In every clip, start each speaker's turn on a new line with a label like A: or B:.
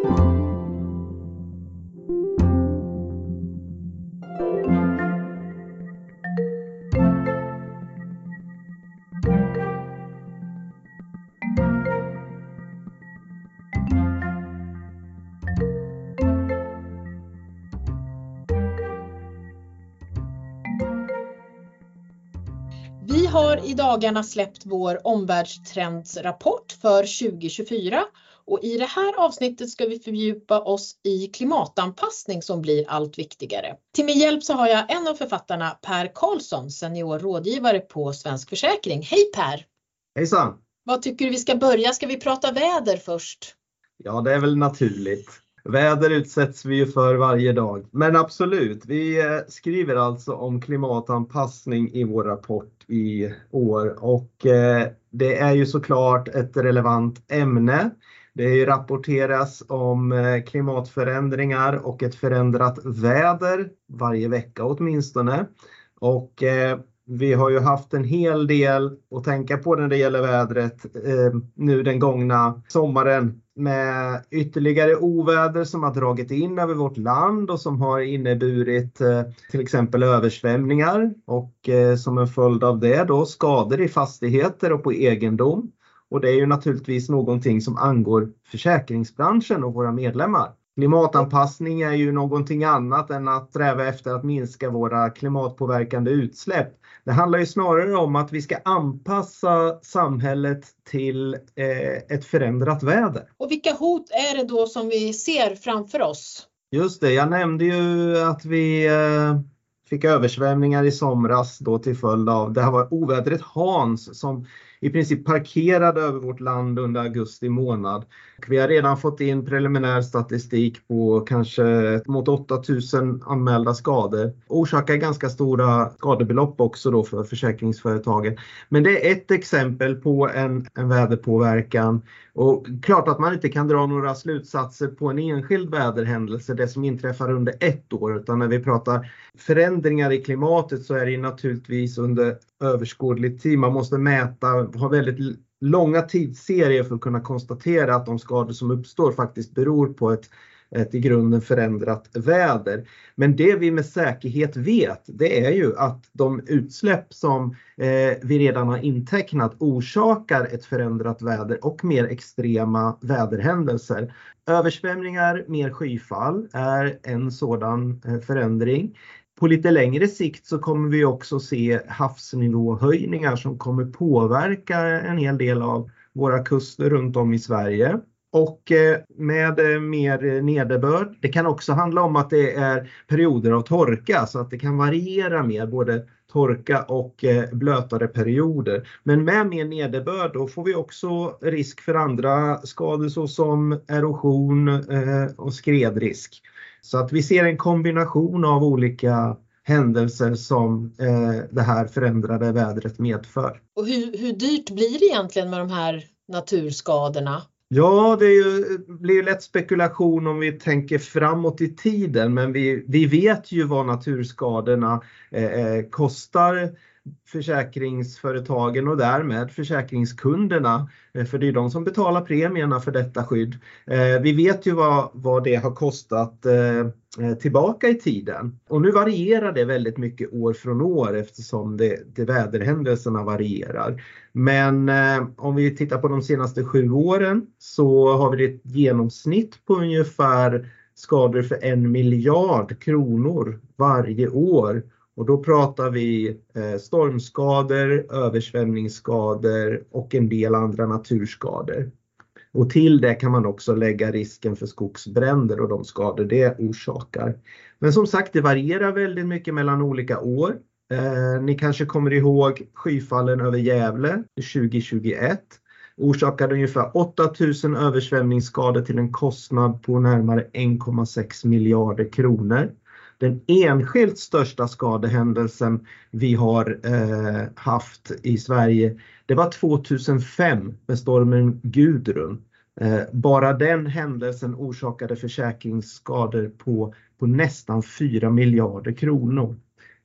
A: Vi har i dagarna släppt vår omvärldstrendsrapport för 2024 och i det här avsnittet ska vi fördjupa oss i klimatanpassning som blir allt viktigare. Till min hjälp så har jag en av författarna, Per Karlsson, senior rådgivare på Svensk Försäkring. Hej Per!
B: Hejsan!
A: Vad tycker du vi ska börja? Ska vi prata väder först?
B: Ja, det är väl naturligt. Väder utsätts vi ju för varje dag. Men absolut, vi skriver alltså om klimatanpassning i vår rapport i år. Och det är ju såklart ett relevant ämne. Det rapporteras om klimatförändringar och ett förändrat väder varje vecka åtminstone. Och vi har ju haft en hel del att tänka på när det gäller vädret nu den gångna sommaren. Med ytterligare oväder som har dragit in över vårt land och som har inneburit till exempel översvämningar och som en följd av det då skador i fastigheter och på egendom. Och det är ju naturligtvis någonting som angår försäkringsbranschen och våra medlemmar. Klimatanpassning är ju någonting annat än att sträva efter att minska våra klimatpåverkande utsläpp. Det handlar ju snarare om att vi ska anpassa samhället till ett förändrat väder.
A: Och vilka hot är det då som vi ser framför oss?
B: Just det, jag nämnde ju att vi fick översvämningar i somras då till följd av det här var ovädret Hans som i princip parkerade över vårt land under augusti månad. Vi har redan fått in preliminär statistik på kanske mot 8000 anmälda skador. Orsakar ganska stora skadebelopp också då för försäkringsföretagen. Men det är ett exempel på en väderpåverkan. Och klart att man inte kan dra några slutsatser på en enskild väderhändelse, det som inträffar under ett år. Utan när vi pratar förändringar i klimatet så är det naturligtvis under överskådlig tid. Man måste mäta, ha väldigt långa tidsserier för att kunna konstatera att de skador som uppstår faktiskt beror på ett i grunden förändrat väder. Men det vi med säkerhet vet, det är ju att de utsläpp som vi redan har intecknat orsakar ett förändrat väder och mer extrema väderhändelser. Översvämningar, mer skyfall är en sådan förändring. På lite längre sikt så kommer vi också se havsnivåhöjningar som kommer påverka en hel del av våra kuster runt om i Sverige. Och med mer nederbörd, det kan också handla om att det är perioder av torka så att det kan variera med både torka och blötare perioder. Men med mer nederbörd då får vi också risk för andra skador såsom erosion och skredrisk. Så att vi ser en kombination av olika händelser som det här förändrade vädret medför.
A: Och hur dyrt blir det egentligen med de här naturskadorna?
B: Ja, det blir lätt spekulation om vi tänker framåt i tiden, men vi vet ju vad naturskadorna kostar försäkringsföretagen och därmed försäkringskunderna, för det är de som betalar premierna för detta skydd. Vi vet ju vad det har kostat tillbaka i tiden. Och nu varierar det väldigt mycket år från år eftersom det väderhändelserna varierar. Men om vi tittar på de senaste 7 åren så har vi ett genomsnitt på ungefär skador för 1 miljard kronor varje år. Och då pratar vi stormskador, översvämningsskador och en del andra naturskador. Och till det kan man också lägga risken för skogsbränder och de skador det orsakar. Men som sagt, det varierar väldigt mycket mellan olika år. Ni kanske kommer ihåg skyfallen över Gävle 2021. Orsakade ungefär 8000 översvämningsskador till en kostnad på närmare 1,6 miljarder kronor. Den enskilt största skadehändelsen vi har haft i Sverige, det var 2005 med stormen Gudrun. Bara den händelsen orsakade försäkringsskador på nästan 4 miljarder kronor.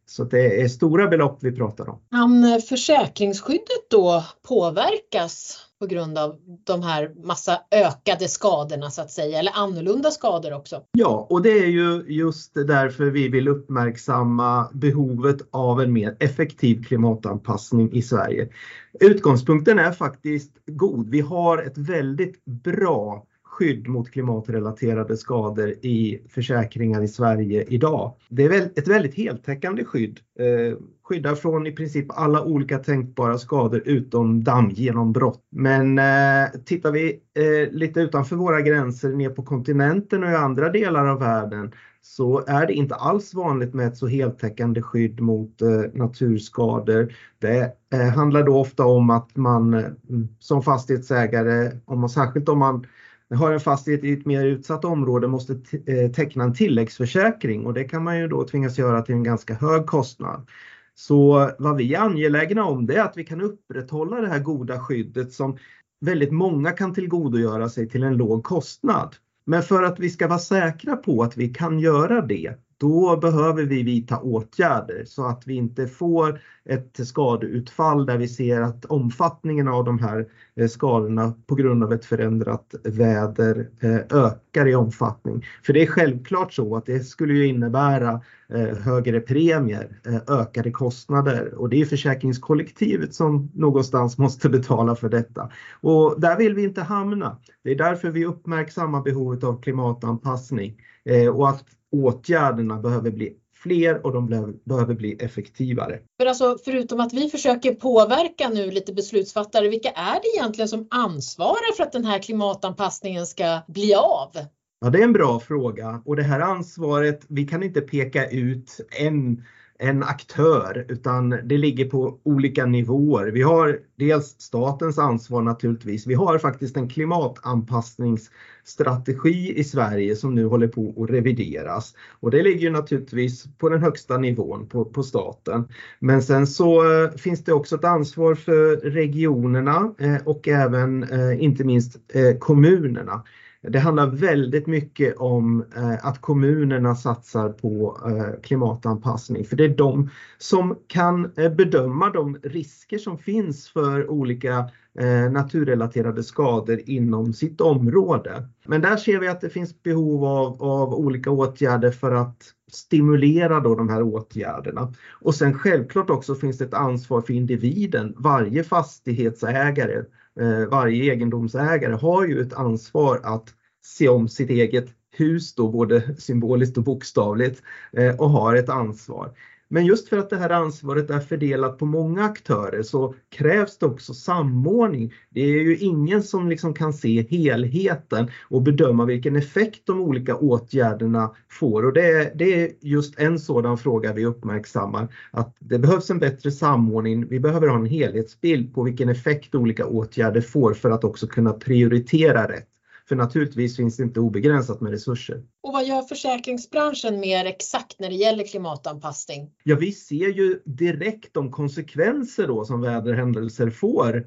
B: Så det är stora belopp vi pratar om.
A: Kan försäkringsskyddet då påverkas på grund av de här massa ökade skadorna så att säga, eller annorlunda skador också?
B: Ja, och det är ju just därför vi vill uppmärksamma behovet av en mer effektiv klimatanpassning i Sverige. Utgångspunkten är faktiskt god. Vi har ett väldigt bra skydd mot klimatrelaterade skador i försäkringar i Sverige idag. Det är ett väldigt heltäckande skydd. Skyddar från i princip alla olika tänkbara skador utom dammgenombrott. Men tittar vi lite utanför våra gränser ner på kontinenten och i andra delar av världen så är det inte alls vanligt med ett så heltäckande skydd mot naturskador. Det handlar då ofta om att man som fastighetsägare, särskilt om man har en fastighet i ett mer utsatt område, måste teckna en tilläggsförsäkring, och det kan man ju då tvingas göra till en ganska hög kostnad. Så vad vi är angelägna om det är att vi kan upprätthålla det här goda skyddet som väldigt många kan tillgodogöra sig till en låg kostnad. Men för att vi ska vara säkra på att vi kan göra det, då behöver vi vidta åtgärder så att vi inte får ett skadeutfall där vi ser att omfattningen av de här skadorna på grund av ett förändrat väder ökar i omfattning. För det är självklart så att det skulle ju innebära högre premier, ökade kostnader, och det är försäkringskollektivet som någonstans måste betala för detta. Och där vill vi inte hamna. Det är därför vi uppmärksammar behovet av klimatanpassning och att åtgärderna behöver bli fler och de behöver bli effektivare.
A: För alltså, förutom att vi försöker påverka nu lite beslutsfattare, vilka är det egentligen som ansvarar för att den här klimatanpassningen ska bli av?
B: Ja, det är en bra fråga, och det här ansvaret, vi kan inte peka ut en aktör, utan det ligger på olika nivåer. Vi har dels statens ansvar naturligtvis. Vi har faktiskt en klimatanpassningsstrategi i Sverige som nu håller på att revideras. Och det ligger naturligtvis på den högsta nivån på staten. Men sen så finns det också ett ansvar för regionerna och även inte minst kommunerna. Det handlar väldigt mycket om att kommunerna satsar på klimatanpassning, för det är de som kan bedöma de risker som finns för olika naturrelaterade skador inom sitt område. Men där ser vi att det finns behov av olika åtgärder för att stimulera då de här åtgärderna. Och sen självklart också finns det ett ansvar för individen. Varje fastighetsägare, varje egendomsägare har ju ett ansvar att se om sitt eget hus då, både symboliskt och bokstavligt, och har ett ansvar. Men just för att det här ansvaret är fördelat på många aktörer så krävs det också samordning. Det är ju ingen som liksom kan se helheten och bedöma vilken effekt de olika åtgärderna får. Och det är just en sådan fråga vi uppmärksammar. Att det behövs en bättre samordning. Vi behöver ha en helhetsbild på vilken effekt olika åtgärder får för att också kunna prioritera rätt. För naturligtvis finns det inte obegränsat med resurser.
A: Och vad gör försäkringsbranschen mer exakt när det gäller klimatanpassning?
B: Ja, vi ser ju direkt de konsekvenser då som väderhändelser får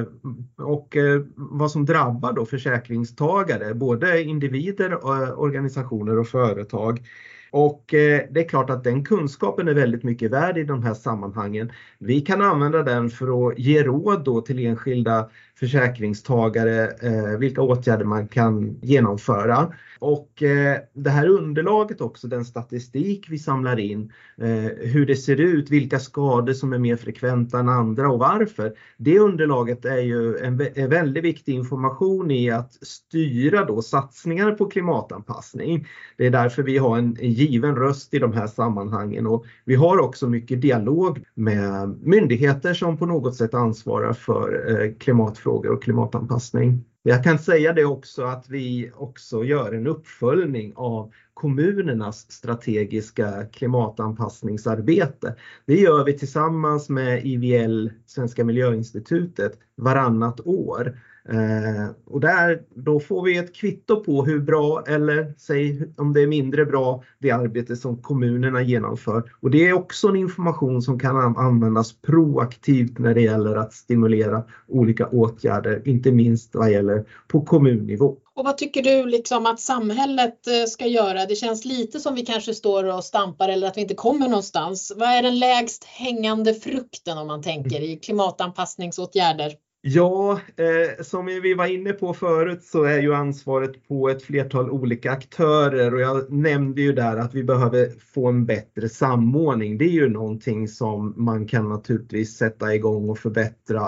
B: och vad som drabbar då försäkringstagare, både individer, organisationer och företag. Och det är klart att den kunskapen är väldigt mycket värd i de här sammanhangen. Vi kan använda den för att ge råd då till enskilda försäkringstagare vilka åtgärder man kan genomföra. Och det här underlaget också, den statistik vi samlar in, hur det ser ut, vilka skador som är mer frekventa än andra och varför. Det underlaget är ju en väldigt viktig information i att styra då satsningar på klimatanpassning. Det är därför vi har en given röst i de här sammanhangen, och vi har också mycket dialog med myndigheter som på något sätt ansvarar för klimatfrågor och klimatanpassning. Jag kan säga det också att vi också gör en uppföljning av kommunernas strategiska klimatanpassningsarbete. Det gör vi tillsammans med IVL, Svenska Miljöinstitutet, varannat år. Och då får vi ett kvitto på hur bra eller säg om det är mindre bra det arbete som kommunerna genomför. Och det är också en information som kan användas proaktivt när det gäller att stimulera olika åtgärder, inte minst vad gäller på kommunnivå.
A: Och vad tycker du liksom att samhället ska göra? Det känns lite som vi kanske står och stampar eller att vi inte kommer någonstans. Vad är den lägst hängande frukten om man tänker i klimatanpassningsåtgärder?
B: Ja, som vi var inne på förut så är ju ansvaret på ett flertal olika aktörer och jag nämnde ju där att vi behöver få en bättre samordning. Det är ju någonting som man kan naturligtvis sätta igång och förbättra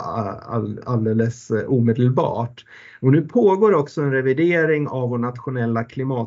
B: alldeles omedelbart. Och nu pågår också en revidering av vår nationella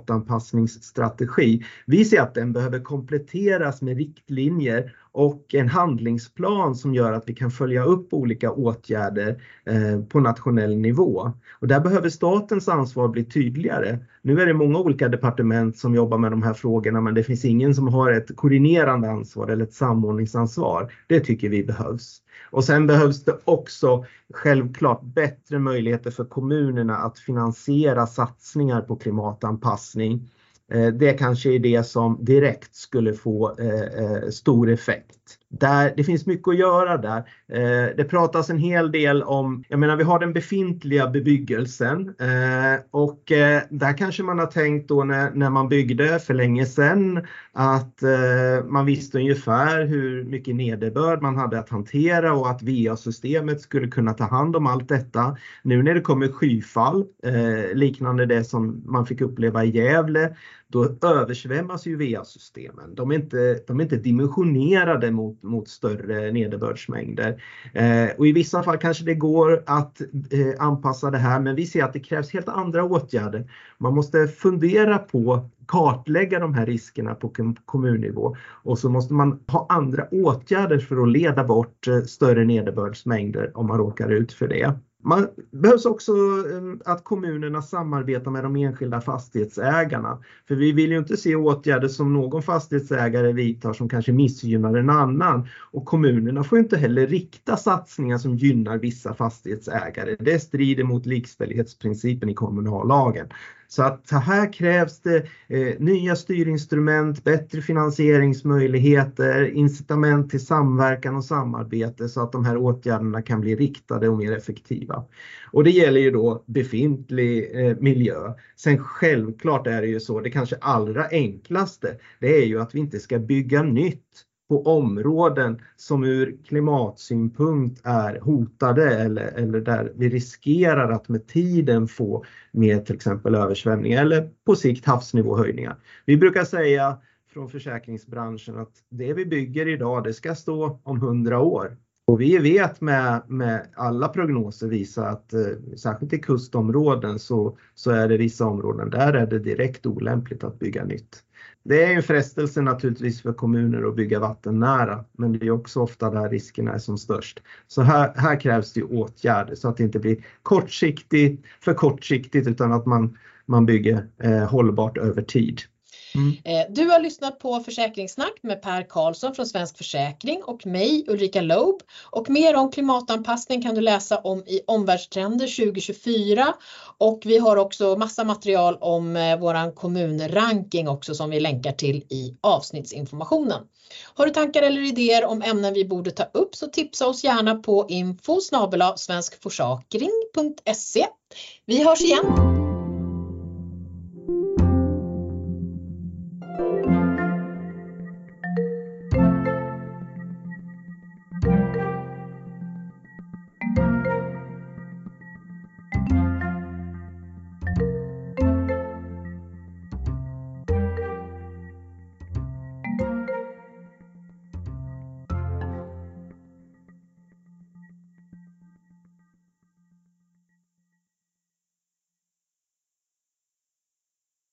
B: klimatanpassningsstrategi. Vi ser att den behöver kompletteras med riktlinjer och en handlingsplan som gör att vi kan följa upp olika åtgärder på nationell nivå. Och där behöver statens ansvar bli tydligare. Nu är det många olika departement som jobbar med de här frågorna men det finns ingen som har ett koordinerande ansvar eller ett samordningsansvar. Det tycker vi behövs. Och sen behövs det också självklart bättre möjligheter för kommunerna att finansiera satsningar på klimatanpassning. Det kanske är det som direkt skulle få stor effekt. Det finns mycket att göra där. Det pratas en hel del om, vi har den befintliga bebyggelsen och där kanske man har tänkt då när man byggde för länge sedan att man visste ungefär hur mycket nederbörd man hade att hantera och att VA-systemet skulle kunna ta hand om allt detta. Nu när det kommer skyfall, liknande det som man fick uppleva i Gävle, då översvämmas ju VA-systemen. De är inte dimensionerade mot större nederbördsmängder. Och i vissa fall kanske det går att anpassa det här, men vi ser att det krävs helt andra åtgärder. Man måste fundera på kartlägga de här riskerna på kommunnivå och så måste man ha andra åtgärder för att leda bort större nederbördsmängder om man råkar ut för det. Man behövs också att kommunerna samarbetar med de enskilda fastighetsägarna. För vi vill ju inte se åtgärder som någon fastighetsägare vidtar som kanske missgynnar en annan. Och kommunerna får inte heller rikta satsningar som gynnar vissa fastighetsägare. Det strider mot likställighetsprincipen i kommunallagen. Så att här krävs det nya styrinstrument, bättre finansieringsmöjligheter, incitament till samverkan och samarbete så att de här åtgärderna kan bli riktade och mer effektiva. Och det gäller ju då befintlig miljö. Sen självklart är det ju så, det kanske allra enklaste, det är ju att vi inte ska bygga nytt på områden som ur klimatsynpunkt är hotade eller där vi riskerar att med tiden få med till exempel översvämningar eller på sikt havsnivåhöjningar. Vi brukar säga från försäkringsbranschen att det vi bygger idag det ska stå om 100 år. Och vi vet med alla prognoser visar att särskilt i kustområden så är det vissa områden där är det direkt olämpligt att bygga nytt. Det är en frestelse naturligtvis för kommuner att bygga vattennära, men det är också ofta där riskerna är som störst. Så här krävs det åtgärder så att det inte blir för kortsiktigt utan att man bygger hållbart över tid.
A: Du har lyssnat på Försäkringssnack med Per Karlsson från Svensk Försäkring och mig Ulrika Loeb. Och mer om klimatanpassning kan du läsa om i Omvärldstrender 2024. Och vi har också massa material om våran kommunranking också som vi länkar till i avsnittsinformationen. Har du tankar eller idéer om ämnen vi borde ta upp så tipsa oss gärna på info@svenskforsakring.se. Vi hörs igen!